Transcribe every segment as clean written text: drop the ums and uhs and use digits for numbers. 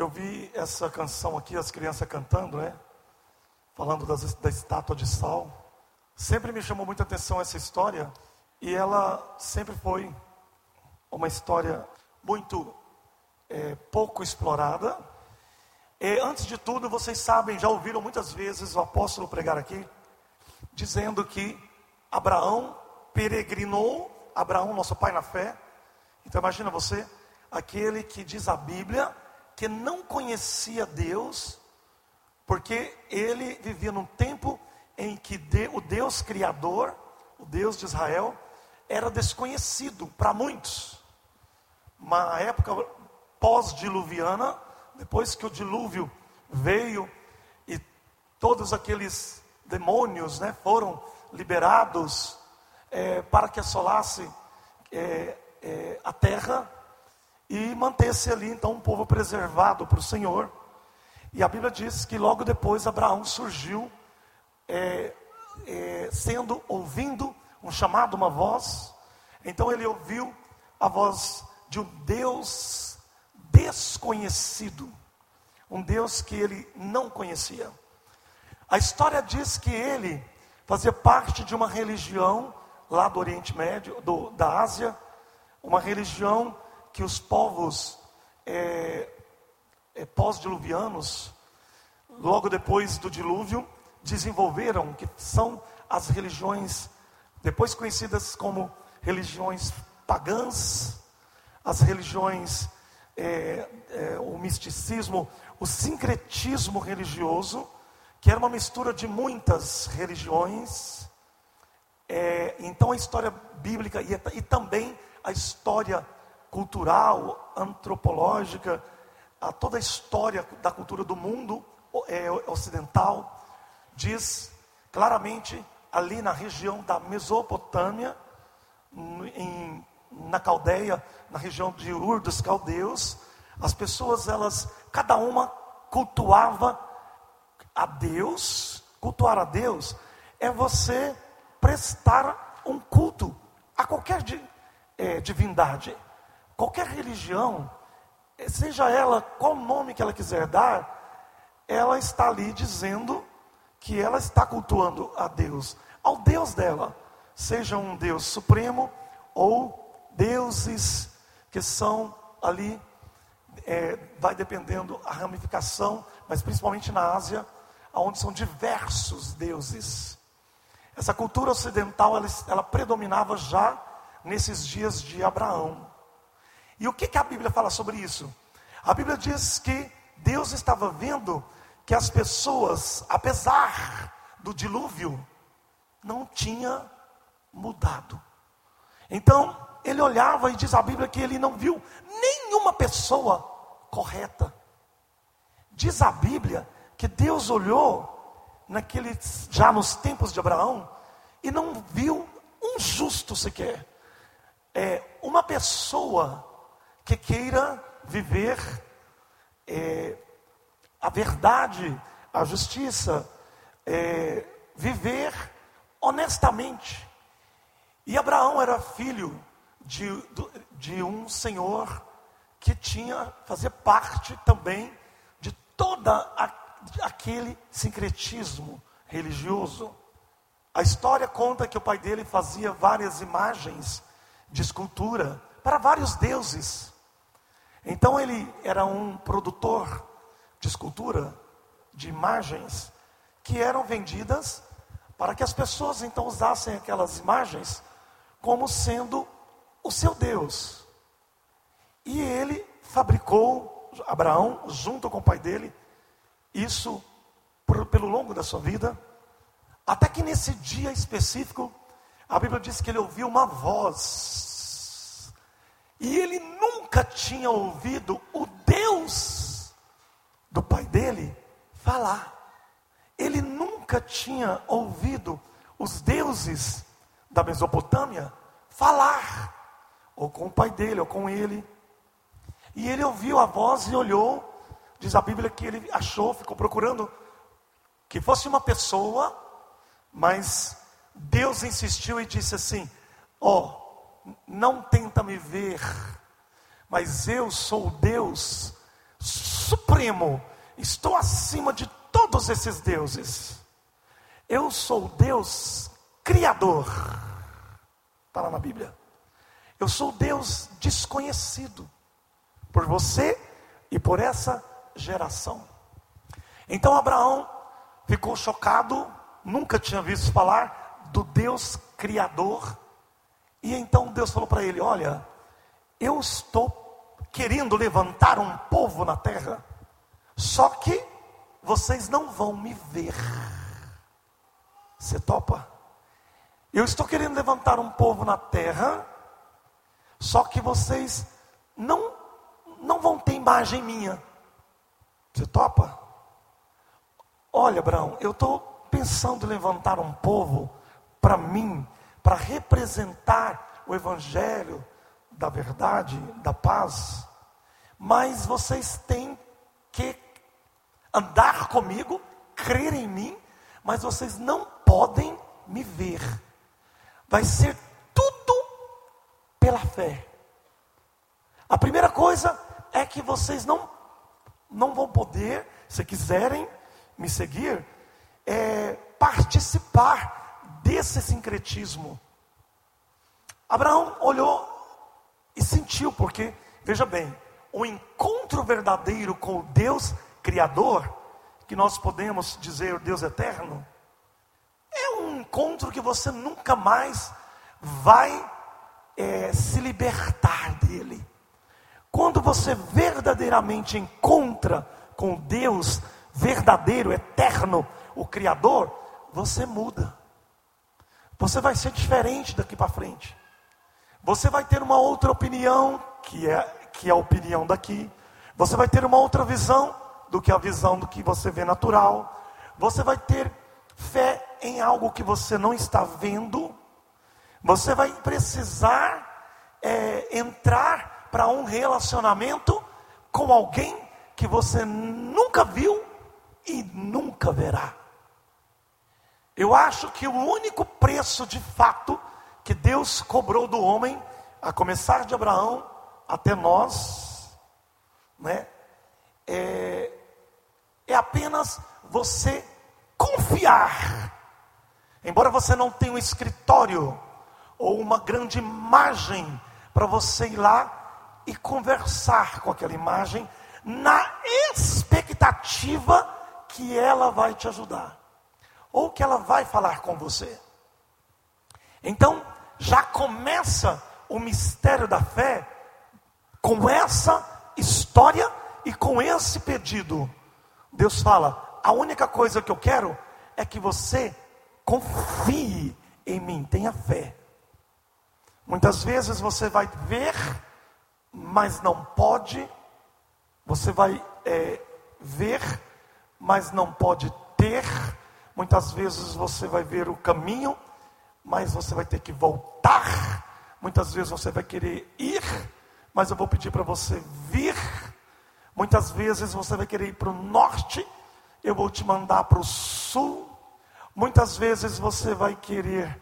Eu vi essa canção aqui, as crianças cantando, né? Falando da estátua de sal. Sempre me chamou muita atenção essa história. E ela sempre foi uma história muito pouco explorada. Antes de tudo, vocês sabem, já ouviram muitas vezes o apóstolo pregar aqui, dizendo que Abraão peregrinou, Abraão, nosso pai na fé. Então imagina você, aquele que diz a Bíblia, que não conhecia Deus, porque ele vivia num tempo em que o Deus Criador, o Deus de Israel, era desconhecido para muitos. Uma época pós-diluviana, depois que o dilúvio veio e todos aqueles demônios, né, foram liberados para que assolasse a terra e mantesse ali então um povo preservado para o Senhor. E a Bíblia diz que logo depois Abraão surgiu, ouvindo um chamado, uma voz. Então ele ouviu a voz de um Deus desconhecido, um Deus que ele não conhecia. A história diz que ele fazia parte de uma religião lá do Oriente Médio, da Ásia, uma religião que os povos pós-diluvianos, logo depois do dilúvio, desenvolveram, que são as religiões depois conhecidas como religiões pagãs, as religiões, o misticismo, o sincretismo religioso, que era uma mistura de muitas religiões. Então a história bíblica e também a história cultural, antropológica, toda a história da cultura do mundo ocidental, diz claramente ali na região da Mesopotâmia, na Caldeia, na região de Ur dos Caldeus, as pessoas, cada uma cultuava a Deus. Cultuar a Deus é você prestar um culto a qualquer divindade, qualquer religião, seja ela qual nome que ela quiser dar, ela está ali dizendo que ela está cultuando a Deus, ao Deus dela, seja um Deus supremo ou deuses que são ali, vai dependendo a ramificação, mas principalmente na Ásia, onde são diversos deuses. Essa cultura ocidental, ela predominava já nesses dias de Abraão. E o que a Bíblia fala sobre isso? A Bíblia diz que Deus estava vendo que as pessoas, apesar do dilúvio, não tinha mudado. Então, ele olhava e diz a Bíblia que ele não viu nenhuma pessoa correta. Diz a Bíblia que Deus olhou já nos tempos de Abraão e não viu um justo sequer. Uma pessoa que queira viver a verdade, a justiça, viver honestamente. E Abraão era filho de um senhor que fazia parte também de toda aquele sincretismo religioso. A história conta que o pai dele fazia várias imagens de escultura para vários deuses. Então ele era um produtor de escultura, de imagens, que eram vendidas para que as pessoas então usassem aquelas imagens como sendo o seu Deus. E ele fabricou, Abraão, junto com o pai dele, isso pelo longo da sua vida, até que nesse dia específico, a Bíblia diz que ele ouviu uma voz, e ele nunca tinha ouvido o Deus do pai dele falar. Ele nunca tinha ouvido os deuses da Mesopotâmia falar, ou com o pai dele, ou com ele. E ele ouviu a voz e olhou. Diz a Bíblia que ele ficou procurando que fosse uma pessoa, mas Deus insistiu e disse assim: não tenta me ver, mas eu sou o Deus supremo, estou acima de todos esses deuses. Eu sou o Deus criador. Está lá na Bíblia. Eu sou o Deus desconhecido por você e por essa geração. Então Abraão ficou chocado, nunca tinha visto falar do Deus criador. E então Deus falou para ele: olha, eu estou querendo levantar um povo na terra, só que vocês não vão me ver. Você topa? Eu estou querendo levantar um povo na terra, só que vocês não vão ter imagem minha. Você topa? Olha, Abraão, eu estou pensando em levantar um povo para mim, para representar o evangelho da verdade, da paz. Mas vocês têm que andar comigo, crer em mim, mas vocês não podem me ver. Vai ser tudo pela fé. A primeira coisa é que vocês não vão poder, se quiserem me seguir, participar desse sincretismo. Abraão olhou e sentiu, porque, veja bem, o encontro verdadeiro com o Deus Criador, que nós podemos dizer Deus eterno, é um encontro que você nunca mais vai se libertar dele. Quando você verdadeiramente encontra com o Deus verdadeiro, eterno, o Criador, você muda. Você vai ser diferente daqui para frente. Você vai ter uma outra opinião, que é a opinião daqui. Você vai ter uma outra visão do que a visão do que você vê natural. Você vai ter fé em algo que você não está vendo. Você vai precisar entrar para um relacionamento com alguém que você nunca viu e nunca verá. Eu acho que o único preço de fato que Deus cobrou do homem, a começar de Abraão até nós, né, é apenas você confiar. Embora você não tenha um escritório ou uma grande imagem para você ir lá e conversar com aquela imagem, na expectativa que ela vai te ajudar, ou que ela vai falar com você. Então, já começa o mistério da fé com essa história e com esse pedido. Deus fala: a única coisa que eu quero é que você confie em mim, tenha fé. Muitas vezes você vai ver, mas não pode. Você vai ver, mas não pode ter. Muitas vezes você vai ver o caminho, mas você vai ter que voltar. Muitas vezes você vai querer ir, mas eu vou pedir para você vir. Muitas vezes você vai querer ir para o norte, eu vou te mandar para o sul. Muitas vezes você vai querer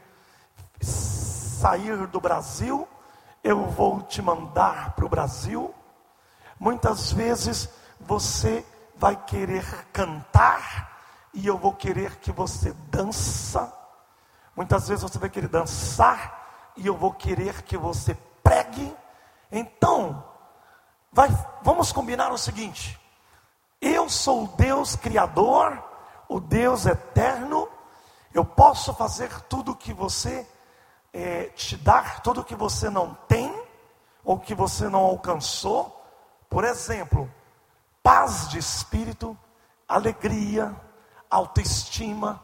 sair do Brasil, eu vou te mandar para o Brasil. Muitas vezes você vai querer cantar e eu vou querer que você dança. Muitas vezes você vai querer dançar e eu vou querer que você pregue. Então, vamos combinar o seguinte: eu sou o Deus Criador, o Deus eterno. Eu posso fazer tudo que você te dar, tudo que você não tem ou que você não alcançou. Por exemplo, paz de espírito, alegria, autoestima,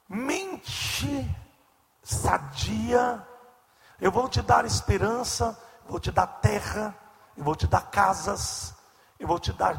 mente sadia. Eu vou te dar esperança, vou te dar terra, eu vou te dar casas, eu vou te dar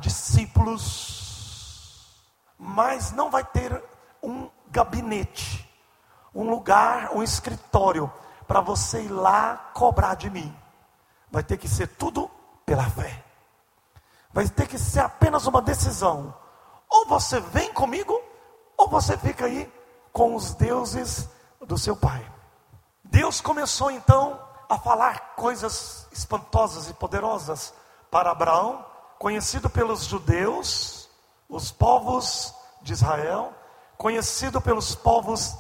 discípulos. Mas não vai ter um gabinete, um lugar, um escritório para você ir lá cobrar de mim. Vai ter que ser tudo pela fé. Vai ter que ser apenas uma decisão. Ou você vem comigo, ou você fica aí com os deuses do seu pai. Deus começou então a falar coisas espantosas e poderosas para Abraão, conhecido pelos judeus, os povos de Israel, conhecido pelos povos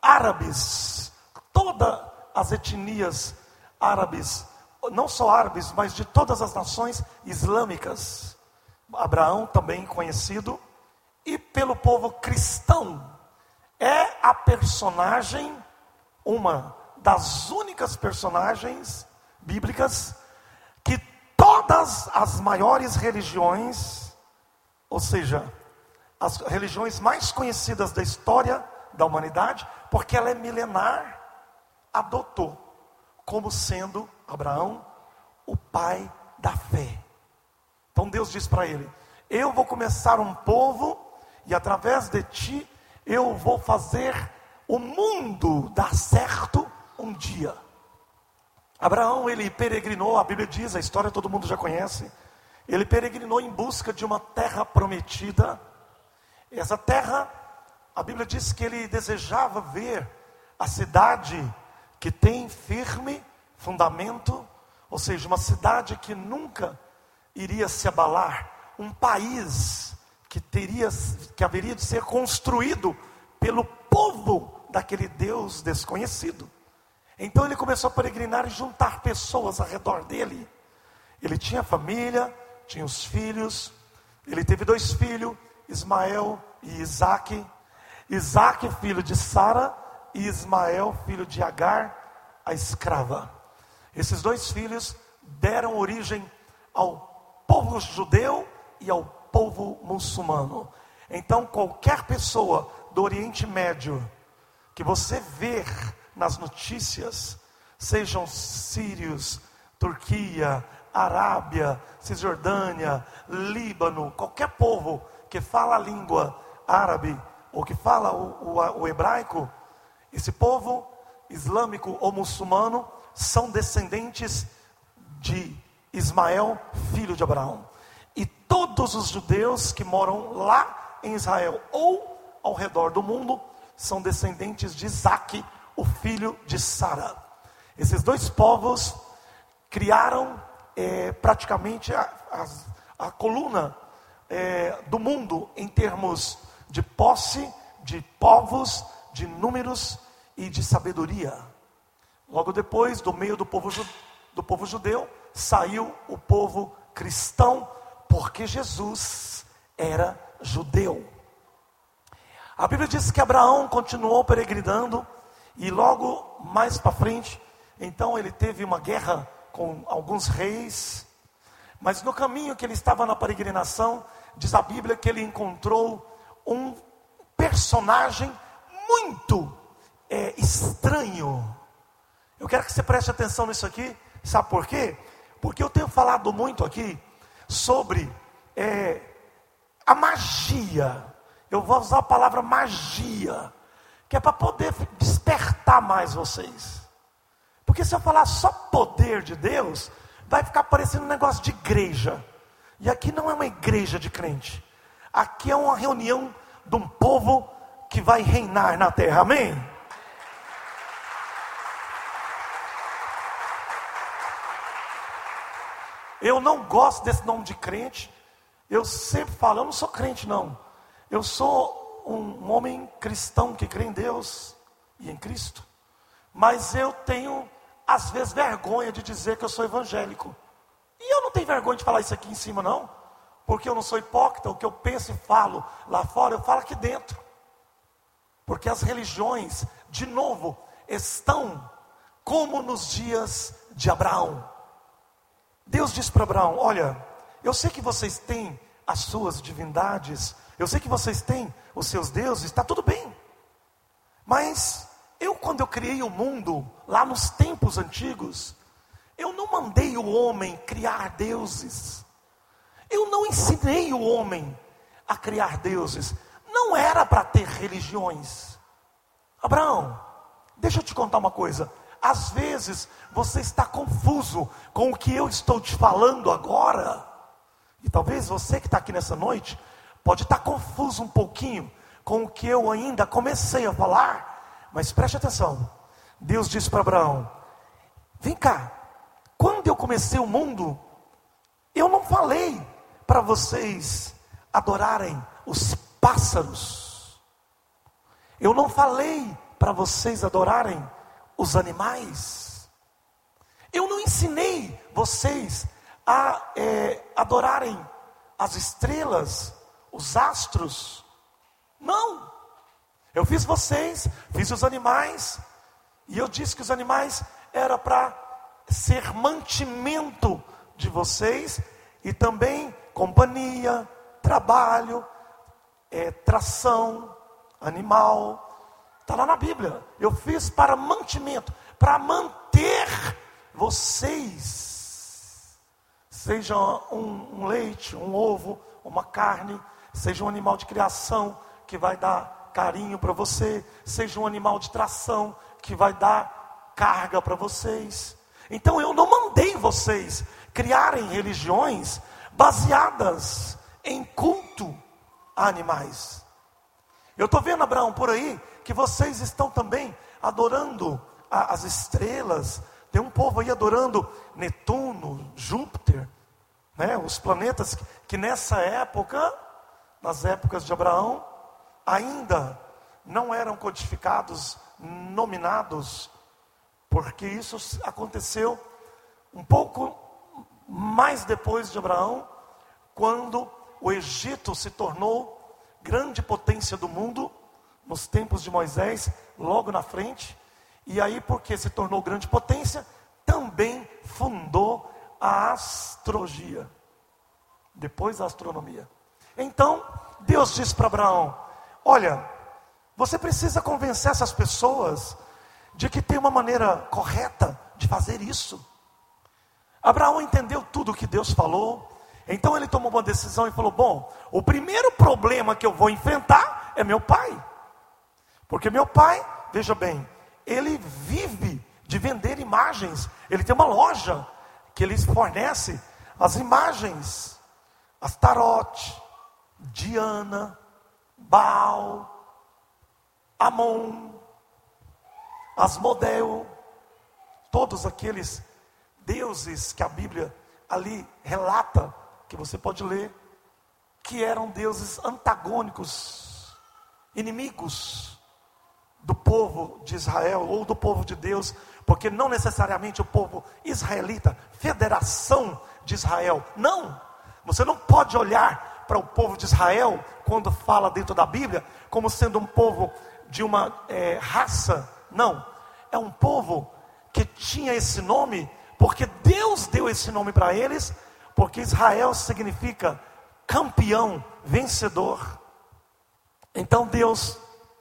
árabes, todas as etnias árabes, não só árabes, mas de todas as nações islâmicas. Abraão também conhecido, e pelo povo cristão, é a personagem, uma das únicas personagens bíblicas que todas as maiores religiões, ou seja, as religiões mais conhecidas da história da humanidade, porque ela é milenar, adotou como sendo Abraão o pai da fé. Então Deus diz para ele: eu vou começar um povo, e através de ti eu vou fazer o mundo dar certo um dia. Abraão, ele peregrinou, a Bíblia diz, a história todo mundo já conhece. Ele peregrinou em busca de uma terra prometida. Essa terra, a Bíblia diz que ele desejava ver a cidade que tem firme fundamento, ou seja, uma cidade que nunca iria se abalar, um país que haveria de ser construído pelo povo daquele Deus desconhecido. Então ele começou a peregrinar e juntar pessoas ao redor dele. Ele tinha família, tinha os filhos, ele teve 2 filhos, Ismael e Isaque. Isaque, filho de Sara, e Ismael, filho de Agar, a escrava. Esses 2 filhos deram origem ao povo judeu e ao povo muçulmano. Então qualquer pessoa do Oriente Médio que você ver nas notícias, sejam sírios, Turquia, Arábia, Cisjordânia, Líbano, qualquer povo que fala a língua árabe ou que fala o hebraico, esse povo islâmico ou muçulmano são descendentes de Ismael, filho de Abraão. E todos os judeus que moram lá em Israel ou ao redor do mundo são descendentes de Isaque, o filho de Sara. Esses 2 povos criaram praticamente a coluna do mundo em termos de posse, de povos, de números e de sabedoria. Logo depois, do meio do povo judeu, saiu o povo cristão, porque Jesus era judeu. A Bíblia diz que Abraão continuou peregrinando, e logo mais para frente, então ele teve uma guerra com alguns reis, mas no caminho que ele estava na peregrinação, diz a Bíblia que ele encontrou um personagem muito estranho. Eu quero que você preste atenção nisso aqui, sabe por quê? Porque eu tenho falado muito aqui sobre a magia. Eu vou usar a palavra magia, que é para poder despertar mais vocês. Porque se eu falar só poder de Deus, vai ficar parecendo um negócio de igreja. E aqui não é uma igreja de crente. Aqui é uma reunião de um povo que vai reinar na terra, amém? Eu não gosto desse nome de crente. Eu sempre falo, eu não sou crente não. Eu sou um homem cristão que crê em Deus e em Cristo. Mas eu tenho, às vezes, vergonha de dizer que eu sou evangélico. E eu não tenho vergonha de falar isso aqui em cima não. Porque eu não sou hipócrita. O que eu penso e falo lá fora, eu falo aqui dentro. Porque as religiões, de novo, estão como nos dias de Abraão. Deus disse para Abraão: olha, eu sei que vocês têm as suas divindades, eu sei que vocês têm os seus deuses, está tudo bem. Mas quando eu criei o mundo, lá nos tempos antigos, eu não mandei o homem criar deuses. Eu não ensinei o homem a criar deuses. Não era para ter religiões. Abraão, deixa eu te contar uma coisa. Às vezes você está confuso com o que eu estou te falando agora. E talvez você que está aqui nessa noite pode estar confuso um pouquinho com o que eu ainda comecei a falar. Mas preste atenção. Deus disse para Abraão: vem cá, quando eu comecei o mundo, eu não falei para vocês adorarem os pássaros. Eu não falei para vocês adorarem os animais. Eu não ensinei vocês a adorarem as estrelas, os astros. Não. Eu fiz vocês, fiz os animais, e eu disse que os animais era para ser mantimento de vocês, e também companhia, trabalho, tração animal. Está lá na Bíblia. Eu fiz para mantimento, para manter vocês. Seja um leite, um ovo, uma carne, seja um animal de criação que vai dar carinho para você, seja um animal de tração que vai dar carga para vocês. Então eu não mandei vocês criarem religiões baseadas em culto a animais. Eu estou vendo, Abraão, por aí, que vocês estão também adorando as estrelas. Tem um povo aí adorando Netuno, Júpiter, né? Os planetas que nessa época, nas épocas de Abraão, ainda não eram codificados, nominados, porque isso aconteceu um pouco mais depois de Abraão, quando o Egito se tornou grande potência do mundo, nos tempos de Moisés, logo na frente. E aí, porque se tornou grande potência, também fundou a astrologia, depois a astronomia. Então, Deus disse para Abraão: olha, você precisa convencer essas pessoas de que tem uma maneira correta de fazer isso. Abraão entendeu tudo o que Deus falou. Então ele tomou uma decisão e falou: bom, o primeiro problema que eu vou enfrentar é meu pai. Porque meu pai, veja bem, ele vive de vender imagens. Ele tem uma loja que ele fornece as imagens, Astarote, Diana, Baal, Amon, Asmodeu, todos aqueles deuses que a Bíblia ali relata, que você pode ler, que eram deuses antagônicos, inimigos do povo de Israel, ou do povo de Deus, porque não necessariamente o povo israelita, federação de Israel, não, você não pode olhar para o povo de Israel, quando fala dentro da Bíblia, como sendo um povo de uma raça, não, é um povo que tinha esse nome, porque Deus deu esse nome para eles, porque Israel significa campeão, vencedor. Então Deus,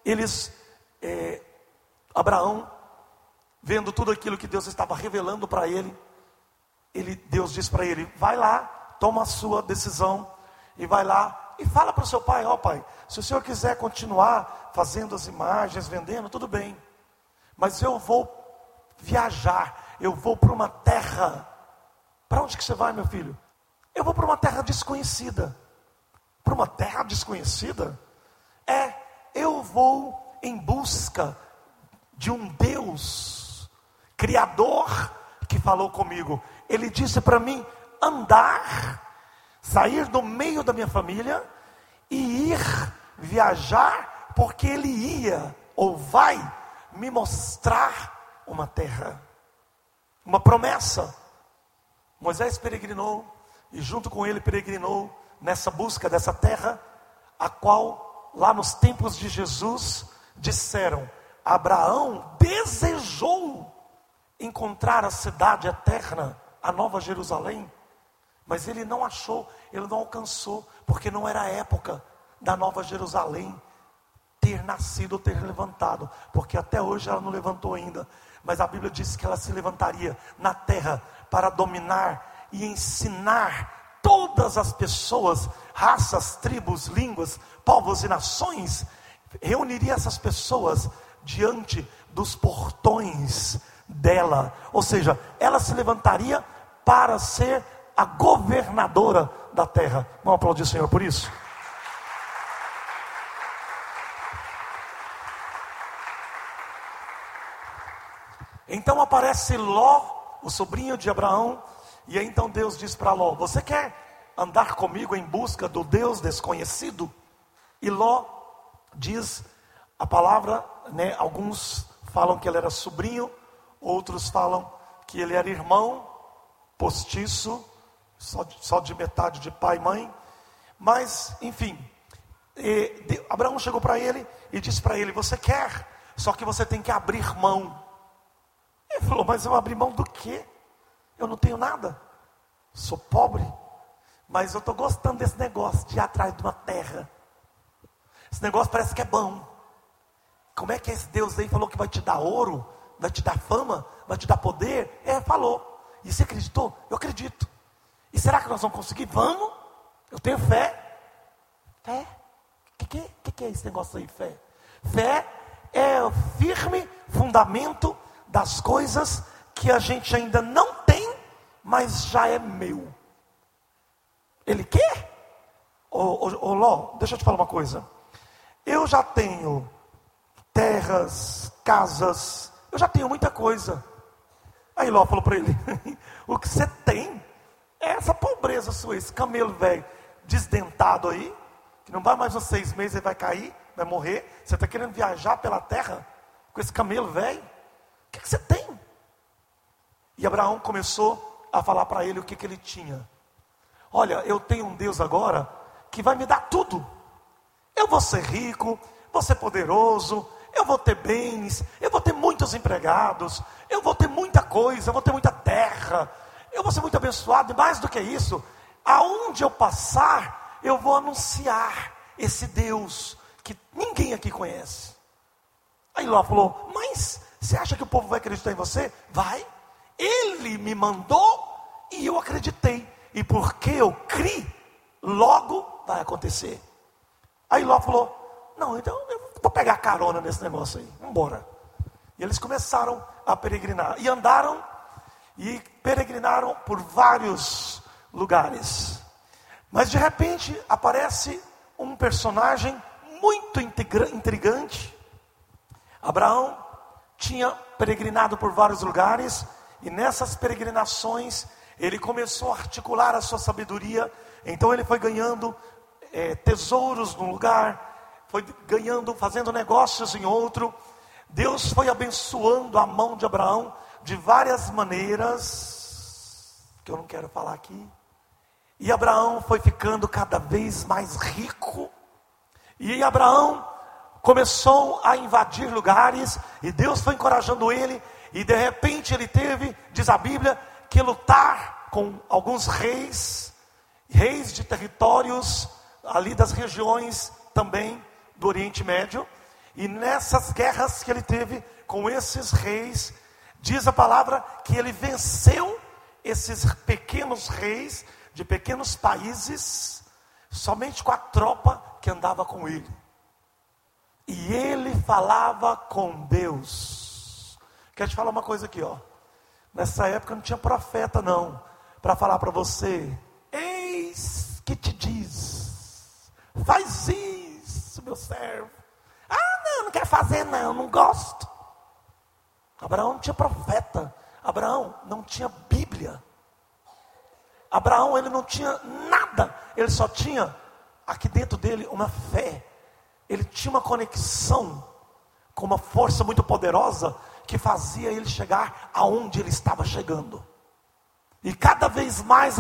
Abraão, vendo tudo aquilo que Deus estava revelando para ele, Deus disse para ele: vai lá, toma a sua decisão, e vai lá, e fala para o seu pai: ó pai, se o senhor quiser continuar fazendo as imagens, vendendo, tudo bem, mas eu vou viajar, eu vou para uma terra. Para onde que você vai, meu filho? Eu vou para uma terra desconhecida. Para uma terra desconhecida? Eu vou em busca de um Deus Criador que falou comigo. Ele disse para mim andar, sair do meio da minha família e ir viajar, porque ele ia ou vai me mostrar uma terra, uma promessa. Moisés peregrinou, e junto com ele peregrinou nessa busca dessa terra, a qual lá nos tempos de Jesus disseram: Abraão desejou encontrar a cidade eterna, a Nova Jerusalém, mas ele não achou, ele não alcançou, porque não era a época da Nova Jerusalém ter nascido ou ter levantado, porque até hoje ela não levantou ainda, mas a Bíblia diz que ela se levantaria na terra para dominar e ensinar todas as pessoas, raças, tribos, línguas, povos e nações. Reuniria essas pessoas diante dos portões dela, ou seja, ela se levantaria para ser a governadora da terra. Vamos aplaudir o Senhor por isso? Então aparece Ló, o sobrinho de Abraão, e aí então Deus diz para Ló: você quer andar comigo em busca do Deus desconhecido? E Ló diz a palavra, né? Alguns falam que ele era sobrinho, outros falam que ele era irmão postiço, só de metade de pai e mãe. Mas, enfim, Abraão chegou para ele e disse para ele: você quer, só que você tem que abrir mão. Ele falou: mas eu abri mão do quê? Eu não tenho nada, sou pobre, mas eu estou gostando desse negócio de ir atrás de uma terra. Esse negócio parece que é bom. Como é que esse Deus aí falou que vai te dar ouro, vai te dar fama, vai te dar poder? Falou. E você acreditou? Eu acredito. E será que nós vamos conseguir? Vamos. Eu tenho fé. Fé? O que é esse negócio aí, fé? Fé é o firme fundamento das coisas que a gente ainda não tem, mas já é meu. Ele quer? Ô Ló, deixa eu te falar uma coisa. Eu já tenho terras, casas, eu já tenho muita coisa. Aí Ló falou para ele: o que você tem é essa pobreza sua, esse camelo velho desdentado aí, que não vai mais uns 6 meses, ele vai cair, vai morrer. Você está querendo viajar pela terra com esse camelo velho? O que você tem? E Abraão começou a falar para ele o que ele tinha. Olha, eu tenho um Deus agora que vai me dar tudo. Eu vou ser rico, vou ser poderoso, eu vou ter bens, eu vou ter muitos empregados, eu vou ter muita coisa, eu vou ter muita terra, eu vou ser muito abençoado. E mais do que isso, aonde eu passar, eu vou anunciar esse Deus que ninguém aqui conhece. Aí Ló falou: mas você acha que o povo vai acreditar em você? Vai. Ele me mandou e eu acreditei. E porque eu criei, logo vai acontecer. Aí Ló falou: não, então eu vou pegar carona nesse negócio aí, vamos embora. E eles começaram a peregrinar. E andaram e peregrinaram por vários lugares. Mas de repente aparece um personagem muito intrigante. Abraão tinha peregrinado por vários lugares, e nessas peregrinações ele começou a articular a sua sabedoria. Então ele foi ganhando tesouros num lugar, foi ganhando, fazendo negócios em outro. Deus foi abençoando a mão de Abraão de várias maneiras, que eu não quero falar aqui. E Abraão foi ficando cada vez mais rico. E Abraão começou a invadir lugares, e Deus foi encorajando ele. E de repente ele teve, diz a Bíblia, que lutar com alguns reis de territórios ali das regiões também do Oriente Médio. E nessas guerras que ele teve com esses reis, diz a palavra que ele venceu esses pequenos reis de pequenos países, somente com a tropa que andava com ele. E ele falava com Deus. Quero te falar uma coisa aqui, ó. Nessa época não tinha profeta não, para falar para você: eis que te diz, faz isso, meu servo. Ah, não quero fazer não gosto. Abraão não tinha profeta. Abraão não tinha Bíblia. Abraão, ele não tinha nada. Ele só tinha aqui dentro dele uma fé. Ele tinha uma conexão com uma força muito poderosa que fazia ele chegar aonde ele estava chegando. E cada vez mais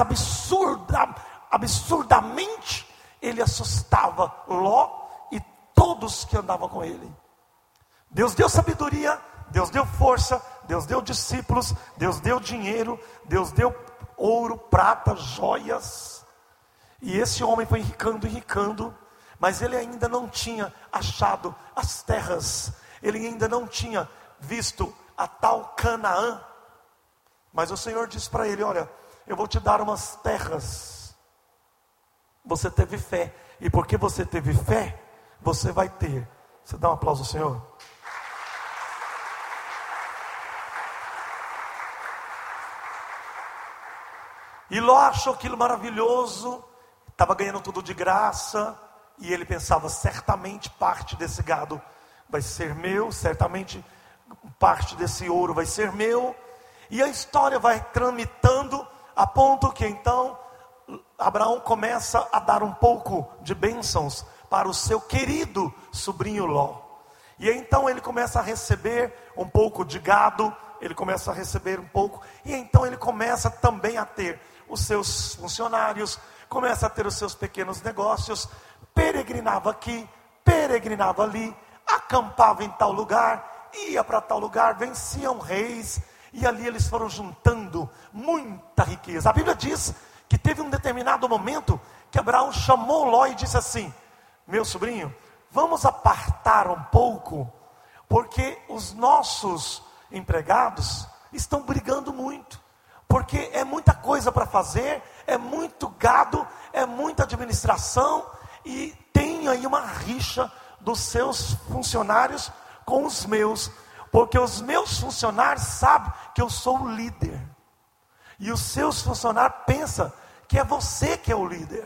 absurdamente ele assustava Ló e todos que andavam com ele. Deus deu sabedoria, Deus deu força, Deus deu discípulos, Deus deu dinheiro, Deus deu ouro, prata, joias. E esse homem foi enricando, mas ele ainda não tinha achado as terras, ele ainda não tinha visto a tal Canaã. Mas o Senhor disse para ele: olha, eu vou te dar umas terras. Você teve fé, e porque você teve fé, você vai ter. Você dá um aplauso ao Senhor? E Ló achou aquilo maravilhoso, estava ganhando tudo de graça, e ele pensava: certamente parte desse gado vai ser meu, certamente parte desse ouro vai ser meu. E a história vai tramitando a ponto que então Abraão começa a dar um pouco de bênçãos para o seu querido sobrinho Ló. E então ele começa a receber um pouco de gado, ele começa a receber um pouco, e então ele começa também a ter os seus funcionários, começa a ter os seus pequenos negócios, peregrinava aqui, peregrinava ali, acampava em tal lugar, ia para tal lugar, venciam reis, e ali eles foram juntando muita riqueza. A Bíblia diz que teve um determinado momento que Abraão chamou Ló e disse assim: meu sobrinho, vamos apartar um pouco, porque os nossos empregados estão brigando muito, porque é muita coisa para fazer, é muito gado, é muita administração, e tem aí uma rixa dos seus funcionários com os meus, porque os meus funcionários sabem que eu sou o líder, e os seus funcionários pensam que é você que é o líder.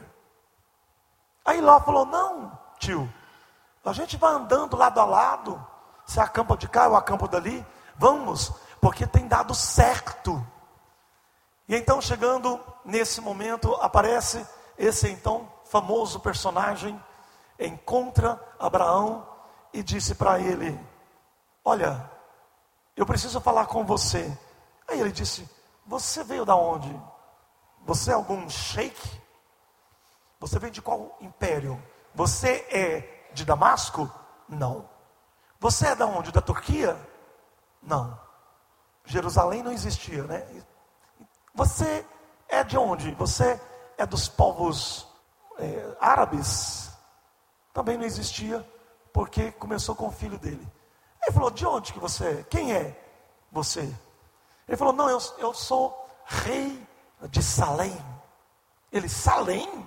Aí Ló falou: não, tio, a gente vai andando lado a lado, você acampa de cá, eu acampo dali, vamos, porque tem dado certo. E então, chegando nesse momento, aparece esse então famoso personagem, encontra Abraão e disse para ele: olha, eu preciso falar com você. Aí ele disse: você veio da onde? Você é algum sheik? Você vem de qual império? Você é de Damasco? Não. Você é da onde? Da Turquia? Não. Jerusalém não existia, né? Você é de onde? Você é dos povos árabes? Também não existia, porque começou com o filho dele. Ele falou: de onde que você é? Quem é você? Ele falou: não, eu sou rei de Salém. Ele: Salém?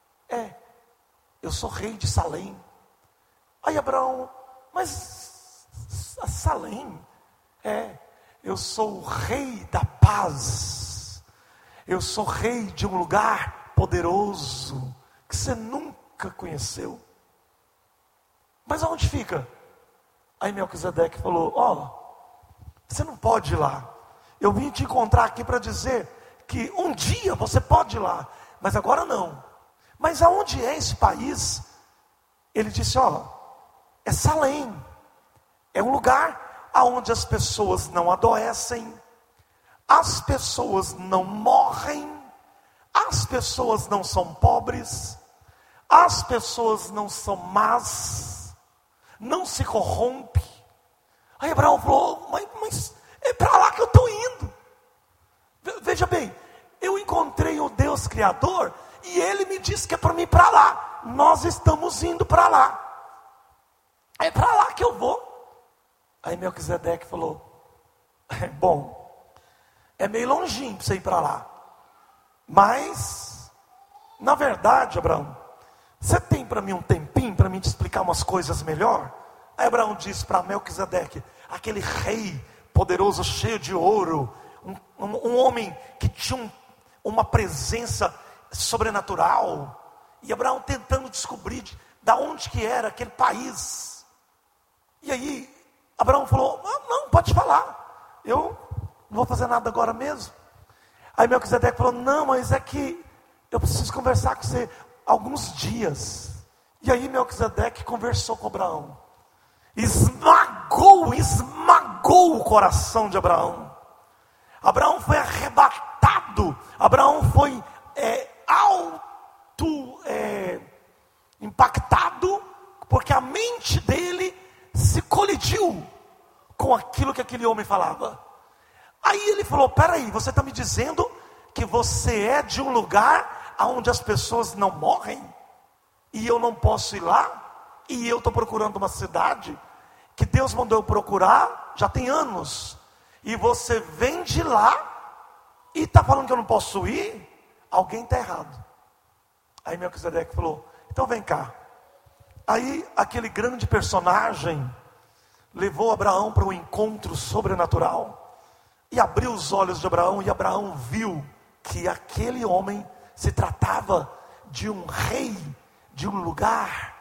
Eu sou rei de Salém. Aí Abraão: mas Salém? Eu sou o rei da paz. Eu sou rei de um lugar poderoso que você nunca conheceu. Mas aonde fica? Aí Melquisedeque falou: você não pode ir lá. Eu vim te encontrar aqui para dizer que um dia você pode ir lá, mas agora não. Mas aonde é esse país? Ele disse: é Salém. É um lugar onde as pessoas não adoecem, as pessoas não morrem, as pessoas não são pobres, as pessoas não são más, não se corrompe. Aí Abraão falou: mas é para lá que eu estou indo. Veja bem, eu encontrei o Deus Criador e Ele me disse que é para mim ir para lá. Nós estamos indo para lá. É para lá que eu vou. Aí Melquisedeque falou: bom, é meio longinho para você ir para lá, mas na verdade, Abraão, você tem para mim um tempinho para mim te explicar umas coisas melhor? Aí Abraão disse para Melquisedeque, aquele rei poderoso, cheio de ouro, um homem que tinha uma presença sobrenatural, e Abraão tentando descobrir da onde que era aquele país. E aí Abraão falou: não, pode falar, eu não vou fazer nada agora mesmo. Aí Melquisedeque falou: não, mas é que eu preciso conversar com você alguns dias. E aí Melquisedeque conversou com Abraão, esmagou o coração de Abraão. Abraão foi arrebatado, Abraão foi impactado, porque a mente dele se colidiu com aquilo que aquele homem falava. Aí ele falou: peraí, você está me dizendo que você é de um lugar onde as pessoas não morrem, e eu não posso ir lá, e eu estou procurando uma cidade que Deus mandou eu procurar já tem anos, e você vem de lá e está falando que eu não posso ir? Alguém está errado. Aí Melquisedeque falou: então vem cá. Aí aquele grande personagem levou Abraão para um encontro sobrenatural, e abriu os olhos de Abraão, e Abraão viu que aquele homem se tratava de um rei, de um lugar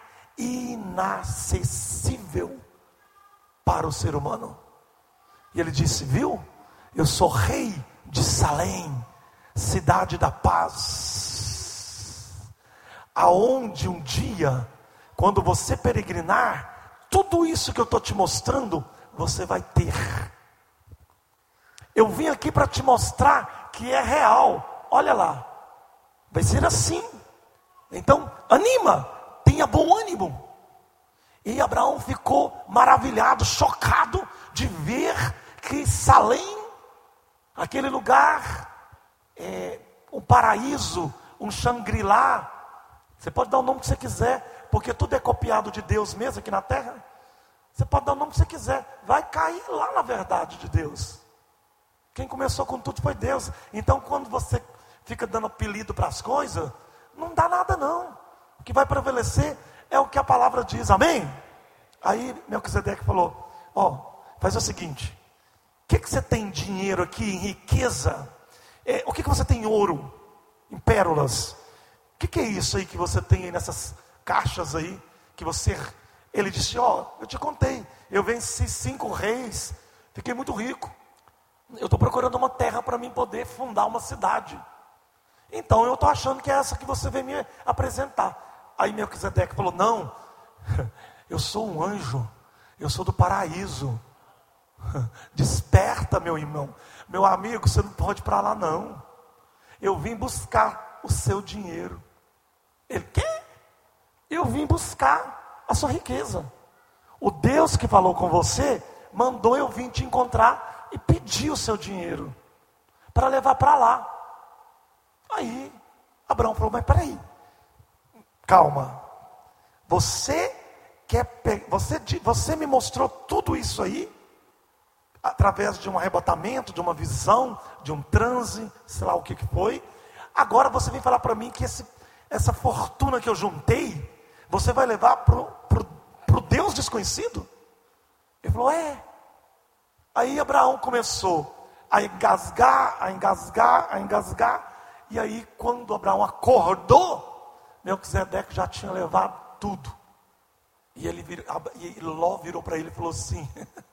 inacessível para o ser humano. E ele disse: viu, eu sou rei de Salém, cidade da paz. aonde um dia, quando você peregrinar, tudo isso que eu estou te mostrando, você vai ter. Eu vim aqui para te mostrar que é real. Olha lá, vai ser assim. Então, anima, tenha bom ânimo. E Abraão ficou maravilhado, chocado de ver que Salém, aquele lugar, um paraíso, um Xangri-Lá, você pode dar o nome que você quiser, porque tudo é copiado de Deus mesmo aqui na terra. Você pode dar o nome que você quiser, vai cair lá na verdade de Deus. Quem começou com tudo foi Deus. Então quando você fica dando apelido para as coisas, não dá nada não. O que vai prevalecer é o que a palavra diz, amém? Aí Melquisedeque falou, faz o seguinte, o que você tem em dinheiro aqui, em riqueza? O que você tem em ouro, em pérolas? O que é isso aí que você tem aí nessas caixas aí, que você... Ele disse, eu te contei, eu venci 5 reis, fiquei muito rico. Eu estou procurando uma terra para mim poder fundar uma cidade. Então eu estou achando que é essa que você vem me apresentar. Aí Melquisedeque falou, não, eu sou um anjo, eu sou do paraíso. Desperta, meu irmão, meu amigo, você não pode ir para lá não. Eu vim buscar o seu dinheiro. Ele, quê? Eu vim buscar a sua riqueza. O Deus que falou com você, mandou eu vir te encontrar e pedir o seu dinheiro, para levar para lá. Aí, Abraão falou, mas peraí, calma, você me mostrou tudo isso aí, através de um arrebatamento, de uma visão, de um transe, sei lá o que foi. Agora você vem falar para mim que essa fortuna que eu juntei, você vai levar pro Deus desconhecido? Ele falou, Aí Abraão começou a engasgar, e aí quando Abraão acordou, Melquisedeque já tinha levado tudo. E Ló virou para ele e falou assim,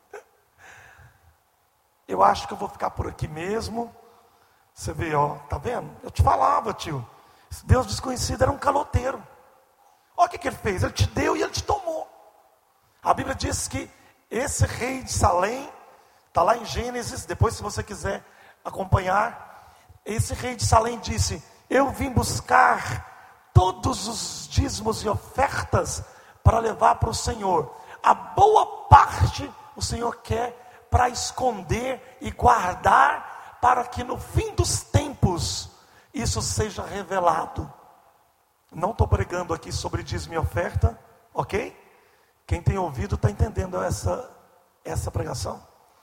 eu acho que eu vou ficar por aqui mesmo. Você vê, tá vendo? Eu te falava, tio, esse Deus desconhecido era um caloteiro. Olha o que ele fez, ele te deu e ele te tomou. A Bíblia diz que esse rei de Salém, está lá em Gênesis, depois se você quiser acompanhar, esse rei de Salém disse, eu vim buscar todos os dízimos e ofertas para levar para o Senhor. A boa parte o Senhor quer para esconder e guardar, para que no fim dos tempos isso seja revelado. Não estou pregando aqui sobre dízimo e oferta, ok? Quem tem ouvido está entendendo essa pregação.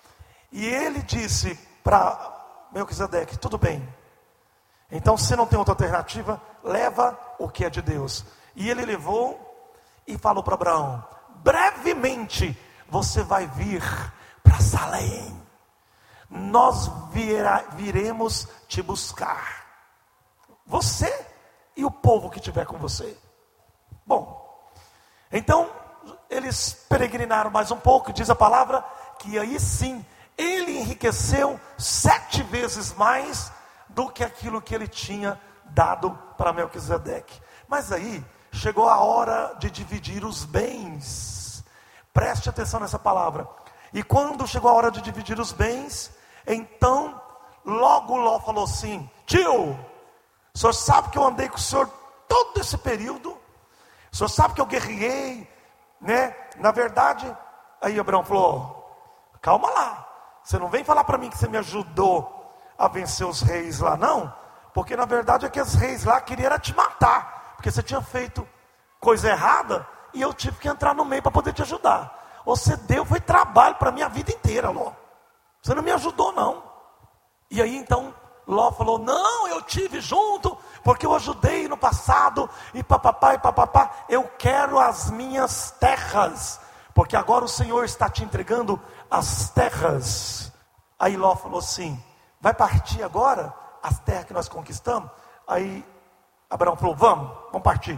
E ele disse para Melquisedeque, tudo bem, então se não tem outra alternativa, leva o que é de Deus. E ele levou e falou para Abraão, brevemente você vai vir para Salém, nós viremos te buscar, você e o povo que estiver com você. Bom, então eles peregrinaram mais um pouco, diz a palavra, que aí sim, ele enriqueceu 7 vezes mais do que aquilo que ele tinha dado para Melquisedeque. Mas aí, chegou a hora de dividir os bens. Preste atenção nessa palavra. E quando chegou a hora de dividir os bens, então, logo Ló falou assim, tio, o senhor sabe que eu andei com o senhor todo esse período? O senhor sabe que eu guerriei, né? Na verdade, aí Abraão falou, calma lá, você não vem falar para mim que você me ajudou a vencer os reis lá não, porque na verdade aqueles reis lá queriam era te matar, porque você tinha feito coisa errada, e eu tive que entrar no meio para poder te ajudar. Você deu, foi trabalho para a minha vida inteira, Ló, você não me ajudou não. E aí então Ló falou, não, eu tive junto, porque eu ajudei no passado, e papapá, eu quero as minhas terras, porque agora o Senhor está te entregando as terras. Aí Ló falou assim, vai partir agora as terras que nós conquistamos? Aí Abraão falou, vamos partir.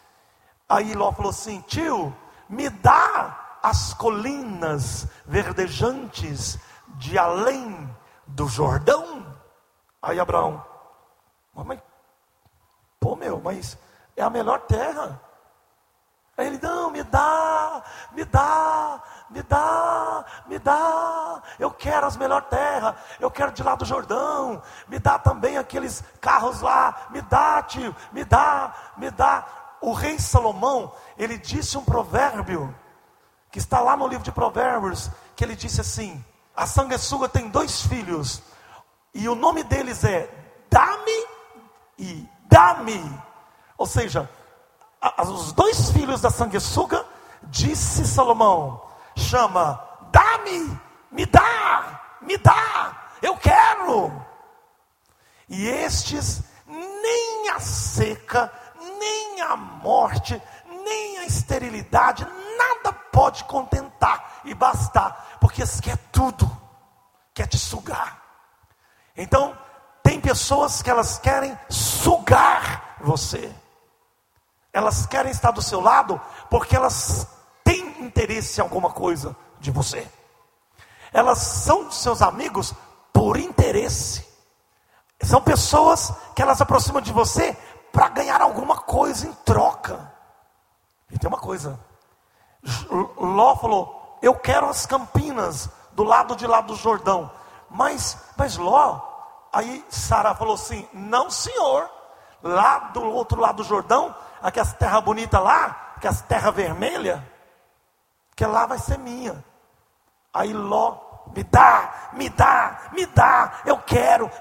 Aí Ló falou assim, tio, me dá as colinas verdejantes de além do Jordão. Aí Abraão, mas é a melhor terra. Aí ele, não, me dá, me dá, me dá, me dá. Eu quero as melhores terras, eu quero de lá do Jordão. Me dá também aqueles carros lá, me dá, tio, me dá, me dá. O rei Salomão, ele disse um provérbio, que está lá no livro de Provérbios, que ele disse assim: a sanguessuga tem 2 filhos, e o nome deles é dá-me e dá-me. Ou seja, os 2 filhos da sanguessuga, disse Salomão, chama, dá-me, me dá, eu quero. E estes, nem a seca, nem a morte, nem a esterilidade, nada pode contentar e bastar, porque eles querem tudo, quer te sugar. Então, tem pessoas que elas querem sugar você. Elas querem estar do seu lado porque elas têm interesse em alguma coisa de você. Elas são seus amigos por interesse. São pessoas que elas aproximam de você para ganhar alguma coisa em troca. E tem uma coisa, Ló falou, eu quero as campinas do lado de lá do Jordão. Mas Ló, aí Sara falou assim, não senhor, lá do outro lado do Jordão, aquelas terras bonitas lá, aquelas terras vermelhas, que lá vai ser minha. Aí Ló, me dá, me dá, me dá, eu quero.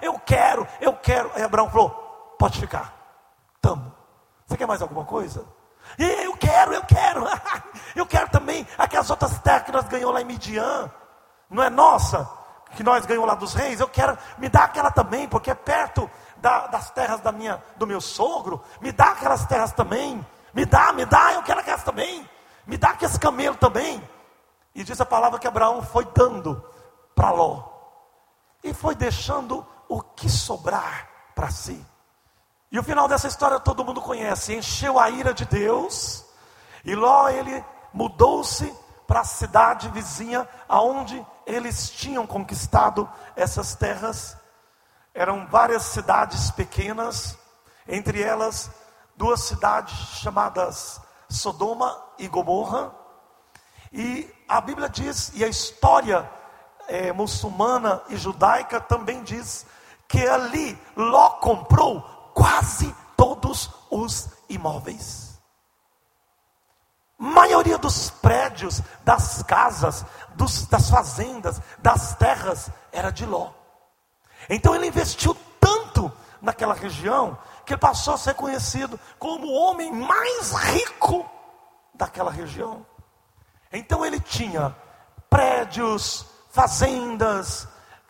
Aí Abraão falou, pode ficar, tamo. Você quer mais alguma coisa? Eu quero. Eu quero também aquelas outras terras que nós ganhamos lá em Midian. Não é nossa, que nós ganhamos lá dos reis. Eu quero, me dá aquela também, porque é perto das terras do meu sogro. Me dá aquelas terras também. Me dá, eu quero aquelas também. Me dá aqueles camelos também. E diz a palavra que Abraão foi dando para Ló. E foi deixando o que sobrar para si. E o final dessa história todo mundo conhece. Encheu a ira de Deus. E Ló, ele mudou-se para a cidade vizinha, aonde eles tinham conquistado essas terras. Eram várias cidades pequenas, entre elas 2 cidades chamadas Sodoma e Gomorra. E a Bíblia diz, e a história muçulmana e judaica também diz, que ali Ló comprou quase todos os imóveis. Maioria dos prédios, das casas, das fazendas, das terras, era de Ló. Então ele investiu tanto naquela região, que ele passou a ser conhecido como o homem mais rico daquela região. Então ele tinha prédios, fazendas,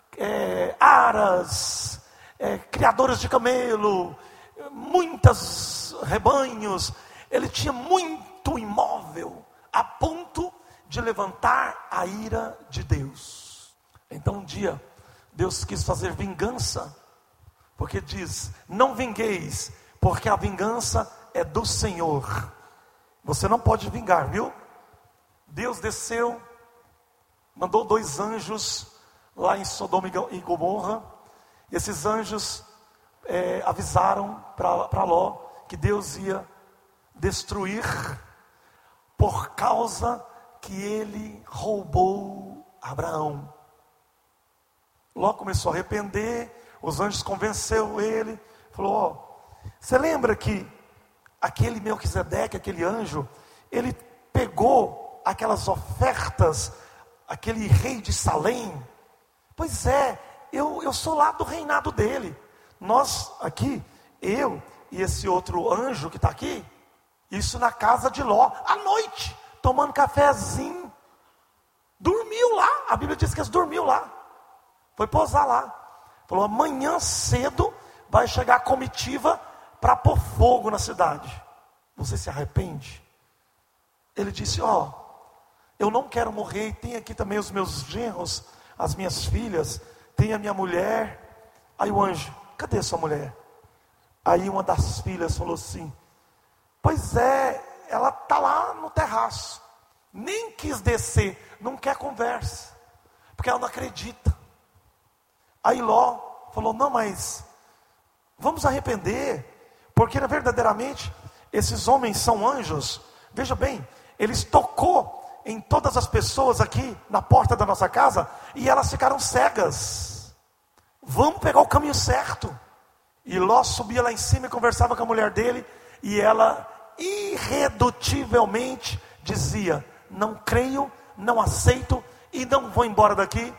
aras, criadores de camelo, muitos rebanhos. Ele tinha muito imóvel, a ponto de levantar a ira de Deus. Então um dia Deus quis fazer vingança, porque diz, não vingueis, porque a vingança é do Senhor. Você não pode vingar, viu? Deus desceu, mandou 2 anjos lá em Sodoma e Gomorra. E esses anjos avisaram para Ló que Deus ia destruir, por causa que ele roubou Abraão. Ló começou a arrepender, os anjos convenceram ele, falou, você lembra que aquele Melquisedeque, aquele anjo, ele pegou aquelas ofertas, aquele rei de Salém? Pois é, eu sou lá do reinado dele. Nós aqui, eu e esse outro anjo que está aqui, isso na casa de Ló, à noite, tomando cafezinho, dormiu lá. A Bíblia diz que eles dormiu lá, foi pousar lá. Falou, amanhã cedo vai chegar a comitiva para pôr fogo na cidade. Você se arrepende? Ele disse, eu não quero morrer, tem aqui também os meus genros, as minhas filhas, tem a minha mulher. Aí o anjo, cadê sua mulher? Aí uma das filhas falou assim, pois é, ela está lá no terraço, nem quis descer, não quer conversa, porque ela não acredita. Aí Ló falou, não, mas vamos arrepender, porque verdadeiramente esses homens são anjos. Veja bem, eles tocou em todas as pessoas aqui na porta da nossa casa e elas ficaram cegas. Vamos pegar o caminho certo. E Ló subia lá em cima e conversava com a mulher dele, e ela irredutivelmente dizia: não creio, não aceito e não vou embora daqui.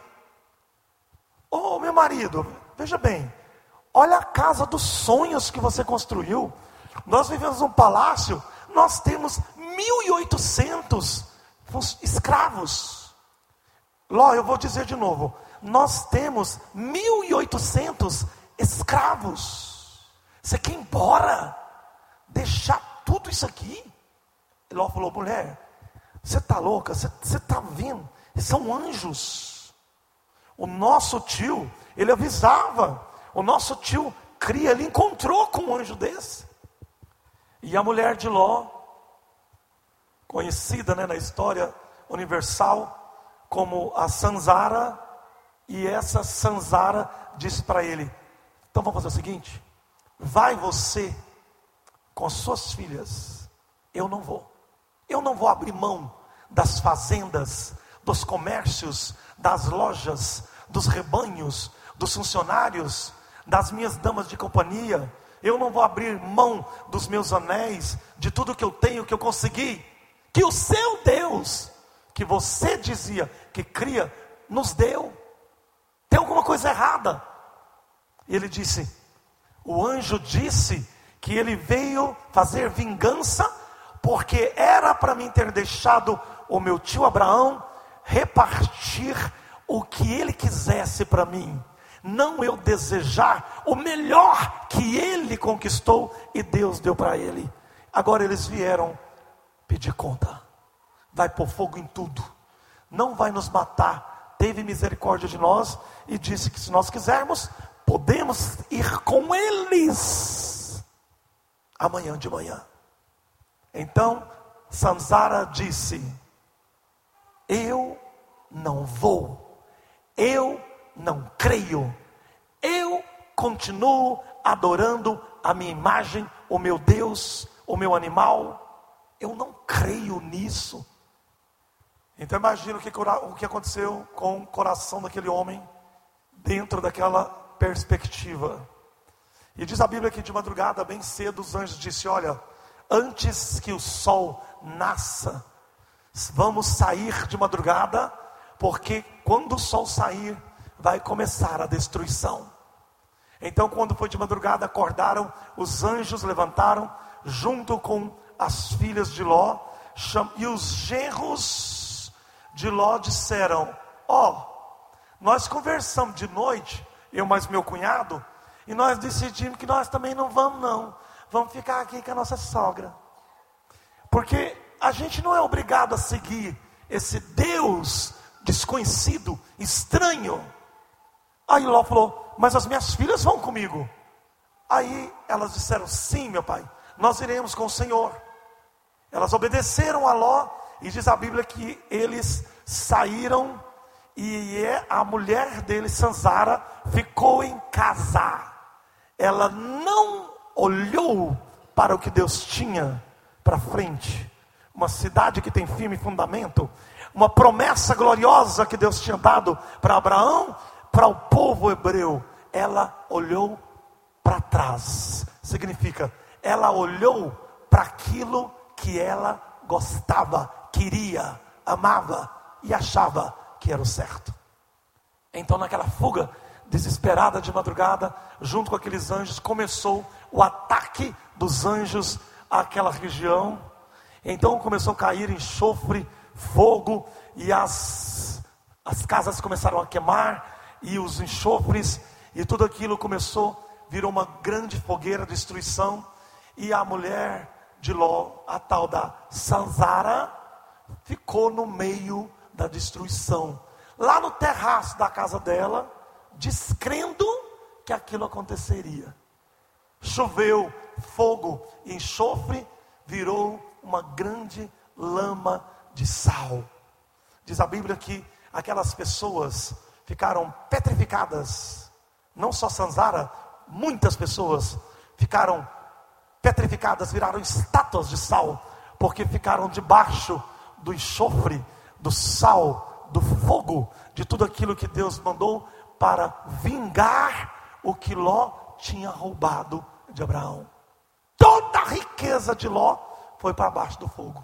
Ô meu marido, veja bem, olha a casa dos sonhos que você construiu. Nós vivemos num palácio, nós temos 1.800 escravos. Ló, eu vou dizer de novo, nós temos 1.800 escravos. Você quer ir embora? Deixar tudo isso aqui? Ló falou: mulher, você está louca? Você está vendo? São anjos. O nosso tio, ele avisava. O nosso tio cria, ele encontrou com um anjo desse. E a mulher de Ló, conhecida, na história universal como a Sansara, e essa Sansara disse para ele: então vamos fazer o seguinte, vai você com suas filhas, eu não vou abrir mão das fazendas, dos comércios, das lojas, dos rebanhos, dos funcionários, das minhas damas de companhia. Eu não vou abrir mão dos meus anéis, de tudo que eu tenho, que eu consegui, que o seu Deus, que você dizia que cria, nos deu. Tem alguma coisa errada. E ele disse, o anjo disse que ele veio fazer vingança, porque era para mim ter deixado o meu tio Abraão repartir o que ele quisesse para mim, não eu desejar o melhor que ele conquistou e Deus deu para ele. Agora eles vieram pedir conta. Vai pôr fogo em tudo, não vai nos matar. Teve misericórdia de nós e disse que se nós quisermos, podemos ir com eles amanhã de manhã. Então Sansara disse: eu não vou, eu não creio, eu continuo adorando a minha imagem, o meu Deus, o meu animal. Eu não creio nisso. Então imagina o que aconteceu com o coração daquele homem dentro daquela perspectiva. E diz a Bíblia que de madrugada, bem cedo, os anjos disseram: olha, antes que o sol nasça, vamos sair de madrugada, porque quando o sol sair, vai começar a destruição. Então quando foi de madrugada, acordaram, os anjos levantaram, junto com as filhas de Ló, e os genros de Ló disseram: nós conversamos de noite, eu mais meu cunhado, e nós decidimos que nós também não vamos não, vamos ficar aqui com a nossa sogra, porque a gente não é obrigado a seguir esse Deus desconhecido, estranho. Aí Ló falou: mas as minhas filhas vão comigo. Aí elas disseram: sim, meu pai, nós iremos com o Senhor. Elas obedeceram a Ló, e diz a Bíblia que eles saíram, e a mulher dele, Sansara, ficou em casa. Ela não olhou para o que Deus tinha para frente, uma cidade que tem firme fundamento, uma promessa gloriosa que Deus tinha dado para Abraão, para o povo hebreu. Ela olhou para trás, significa, ela olhou para aquilo que ela gostava, queria, amava e achava que era o certo. Então naquela fuga desesperada de madrugada, junto com aqueles anjos, começou o ataque dos anjos àquela região. Então começou a cair enxofre, fogo, e as casas começaram a queimar, e os enxofres, e tudo aquilo virou uma grande fogueira de destruição. E a mulher de Ló, a tal da Sansara, ficou no meio da destruição, lá no terraço da casa dela, descrendo que aquilo aconteceria. Choveu fogo e enxofre, virou uma grande lama de sal. Diz a Bíblia que aquelas pessoas ficaram petrificadas. Não só Sansara, muitas pessoas ficaram petrificadas, viraram estátuas de sal, porque ficaram debaixo do enxofre, do sal, do fogo, de tudo aquilo que Deus mandou para vingar o que Ló tinha roubado de Abraão. Toda a riqueza de Ló foi para baixo do fogo.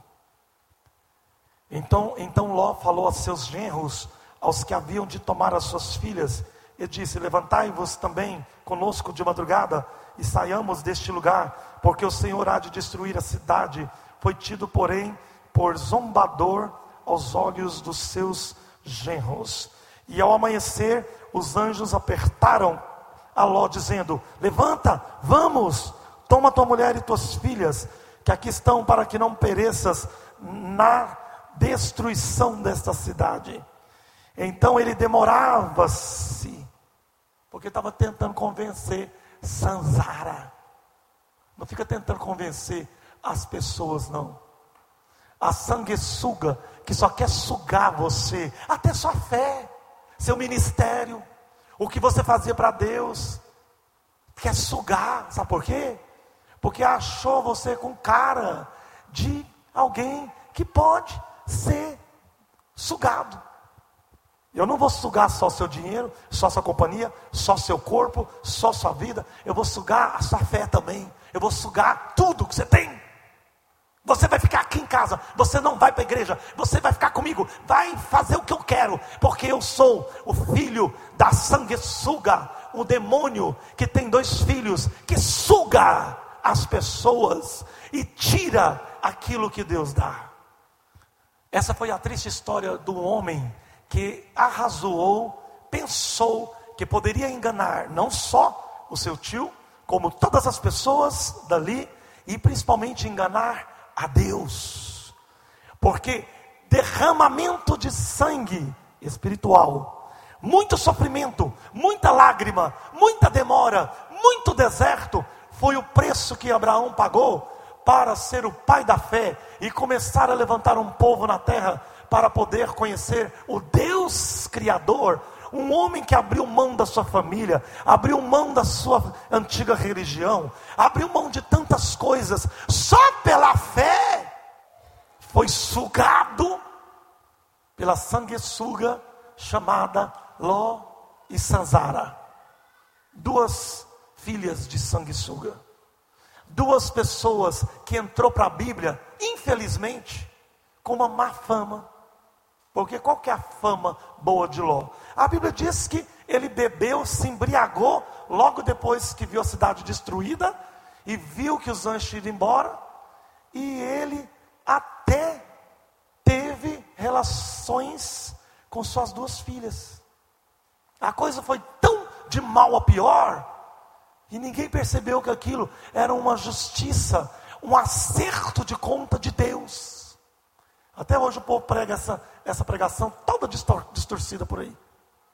Então Ló falou a seus genros, aos que haviam de tomar as suas filhas, e disse: levantai-vos também conosco de madrugada, e saiamos deste lugar, porque o Senhor há de destruir a cidade. Foi tido, porém, por zombador aos olhos dos seus genros. E ao amanhecer, os anjos apertaram a Ló, dizendo: levanta, vamos, toma tua mulher e tuas filhas, que aqui estão, para que não pereças na destruição desta cidade. Então ele demorava-se, porque estava tentando convencer Sansara. Não fica tentando convencer as pessoas, não. A sanguessuga, que só quer sugar você, até sua fé, seu ministério, o que você fazia para Deus, quer sugar. Sabe por quê? Porque achou você com cara de alguém que pode ser sugado. Eu não vou sugar só seu dinheiro, só sua companhia, só seu corpo, só sua vida. Eu vou sugar a sua fé também. Eu vou sugar tudo que você tem. Você vai ficar aqui em casa, você não vai para a igreja, você vai ficar comigo, vai fazer o que eu quero, porque eu sou o filho da sanguessuga, o demônio que tem 2 filhos, que suga as pessoas e tira aquilo que Deus dá. Essa foi a triste história do homem que arrazoou, pensou que poderia enganar não só o seu tio, como todas as pessoas dali, e principalmente enganar a Deus. Porque derramamento de sangue espiritual, muito sofrimento, muita lágrima, muita demora, muito deserto, foi o preço que Abraão pagou para ser o pai da fé e começar a levantar um povo na terra, para poder conhecer o Deus Criador. Um homem que abriu mão da sua família, abriu mão da sua antiga religião, abriu mão de tantas coisas, só pela fé, foi sugado pela sanguessuga chamada Ló e Sansara. 2 filhas de sanguessuga, 2 pessoas que entrou para a Bíblia, infelizmente, com uma má fama. Porque qual que é a fama boa de Ló? A Bíblia diz que ele bebeu, se embriagou, logo depois que viu a cidade destruída, e viu que os anjos iam embora, e ele até teve relações com suas 2 filhas. A coisa foi tão de mal a pior, e ninguém percebeu que aquilo era uma justiça, um acerto de conta de Deus. Até hoje o povo prega essa pregação toda distorcida por aí.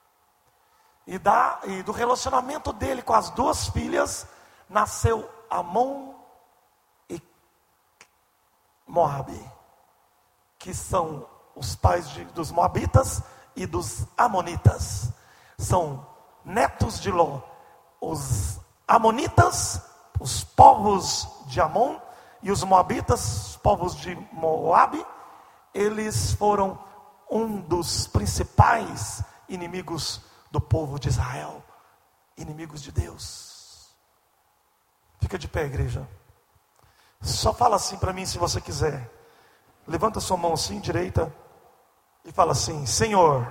E do relacionamento dele com as 2 filhas, nasceu Amon e Moabe, que são os pais dos Moabitas e dos Amonitas. São netos de Ló. Os Amonitas, os povos de Amon, e os Moabitas, os povos de Moabe, eles foram um dos principais inimigos do povo de Israel, inimigos de Deus. Fica de pé, igreja. Só fala assim para mim, se você quiser. Levanta sua mão assim, direita, e fala assim: Senhor,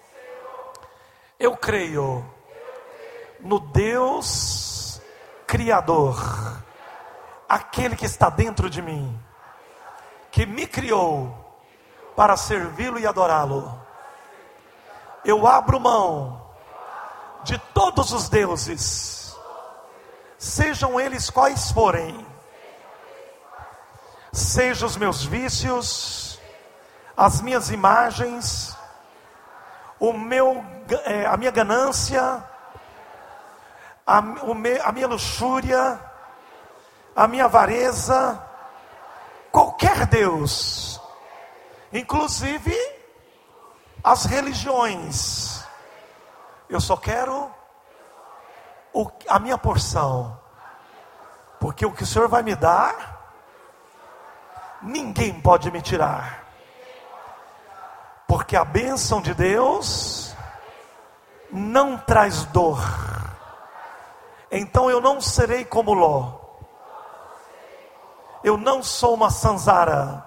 eu creio no Deus Criador, aquele que está dentro de mim, que me criou para servi-lo e adorá-lo. Eu abro mão de todos os deuses, sejam eles quais forem, sejam os meus vícios, as minhas imagens, a minha ganância, a minha luxúria, a minha avareza, qualquer Deus, inclusive as religiões. Eu só quero a minha porção, Porque o que o Senhor vai me dar, ninguém pode me tirar. Porque a bênção de Deus não traz dor. Então eu não serei como Ló. Eu não sou uma Sanzara.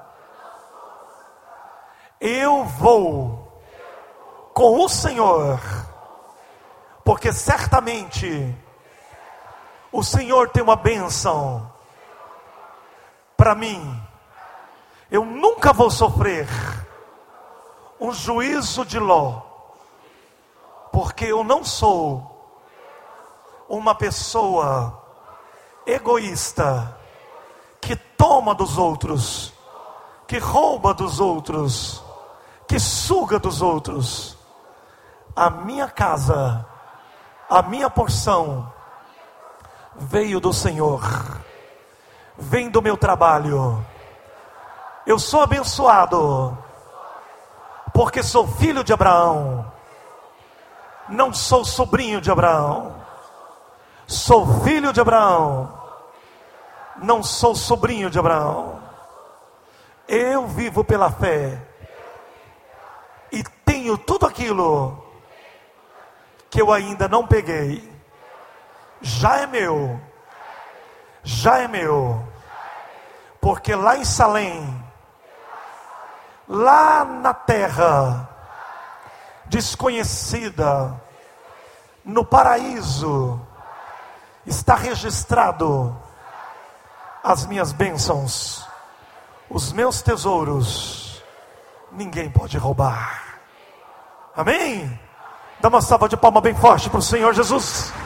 Eu vou com o Senhor, porque certamente o Senhor tem uma bênção para mim. Eu nunca vou sofrer um juízo de Ló, porque eu não sou uma pessoa egoísta, que toma dos outros, que rouba dos outros, que suga dos outros. A minha casa, a minha porção veio do Senhor, vem do meu trabalho. Eu sou abençoado, porque sou filho de Abraão. Não sou sobrinho de Abraão, sou filho de Abraão. Não sou sobrinho de Abraão. Eu vivo pela fé e tenho tudo aquilo que eu ainda não peguei. Já é meu. Já é meu. Porque lá em Salém, lá na terra desconhecida, no paraíso, está registrado as minhas bênçãos, os meus tesouros. Ninguém pode roubar. Amém? Dá uma salva de palmas bem forte para o Senhor Jesus.